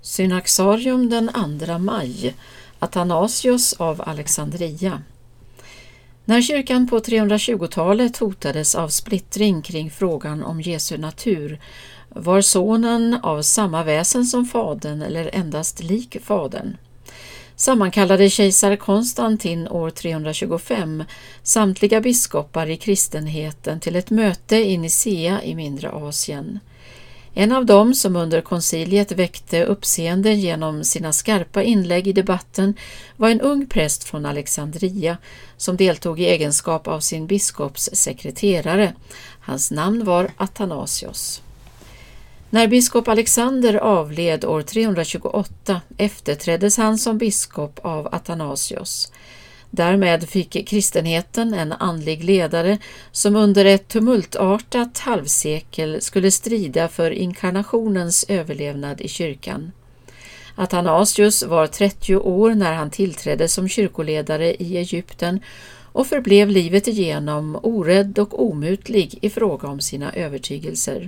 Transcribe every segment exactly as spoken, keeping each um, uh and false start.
Synaxarium den andra maj, Athanasios av Alexandria. När kyrkan på trehundratjugotalet hotades av splittring kring frågan om Jesu natur, var sonen av samma väsen som fadern eller endast lik fadern, sammankallade kejsar Konstantin år trehundratjugofem samtliga biskopar i kristenheten till ett möte i Nicea i Mindre Asien. En av dem som under konciliet väckte uppseende genom sina skarpa inlägg i debatten var en ung präst från Alexandria som deltog i egenskap av sin biskops sekreterare. Hans namn var Athanasios. När biskop Alexander avled år trehundratjugoåtta efterträddes han som biskop av Athanasios. Därmed fick kristenheten en andlig ledare som under ett tumultartat halvsekel skulle strida för inkarnationens överlevnad i kyrkan. Athanasius var trettio år när han tillträdde som kyrkoledare i Egypten och förblev livet igenom orädd och omutlig i fråga om sina övertygelser.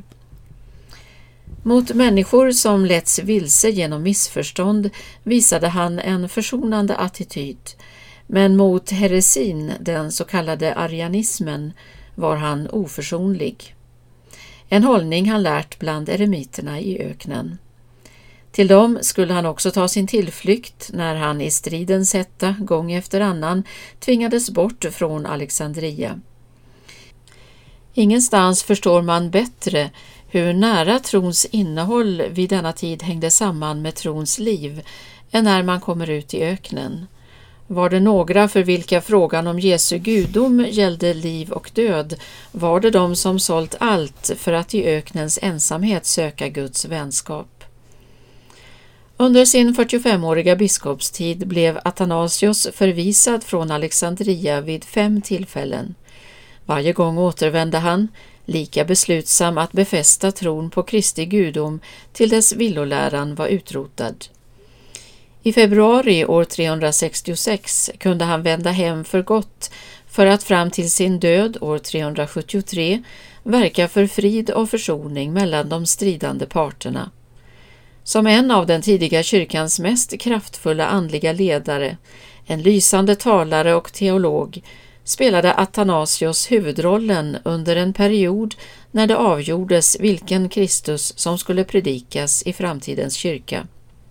Mot människor som letts vilse genom missförstånd visade han en försonande attityd. Men mot heresin, den så kallade arianismen, var han oförsonlig. En hållning han lärt bland eremiterna i öknen. Till dem skulle han också ta sin tillflykt när han i stridens hetta gång efter annan tvingades bort från Alexandria. Ingenstans förstår man bättre hur nära trons innehåll vid denna tid hängde samman med trons liv än när man kommer ut i öknen. Var det några för vilka frågan om Jesu gudom gällde liv och död, var det de som sålt allt för att i öknens ensamhet söka Guds vänskap. Under sin fyrtiofemåriga biskopstid blev Athanasios förvisad från Alexandria vid fem tillfällen. Varje gång återvände han, lika beslutsam att befästa tron på Kristi gudom till dess villoläran var utrotad. I februari år trehundrasextiosex kunde han vända hem för gott för att fram till sin död år trehundrasjuttiotre verka för frid och försoning mellan de stridande parterna. Som en av den tidiga kyrkans mest kraftfulla andliga ledare, en lysande talare och teolog, spelade Athanasios huvudrollen under en period när det avgjordes vilken Kristus som skulle predikas i framtidens kyrka.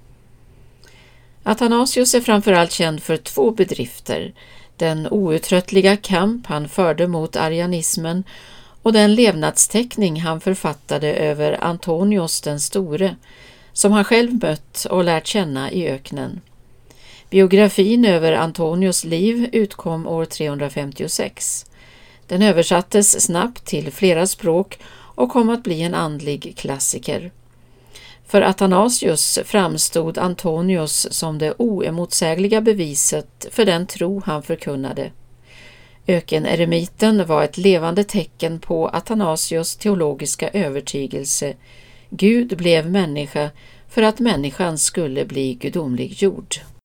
Athanasios är framförallt känd för två bedrifter, den outtröttliga kamp han förde mot arianismen och den levnadsteckning han författade över Antonios den store, som han själv mött och lärt känna i öknen. Biografin över Antonios liv utkom år trehundrafemtiosex. Den översattes snabbt till flera språk och kom att bli en andlig klassiker. För Athanasius framstod Antonios som det oemotsägliga beviset för den tro han förkunnade. Ökeneremiten var ett levande tecken på Athanasios teologiska övertygelse. Gud blev människa för att människan skulle bli gudomliggjord.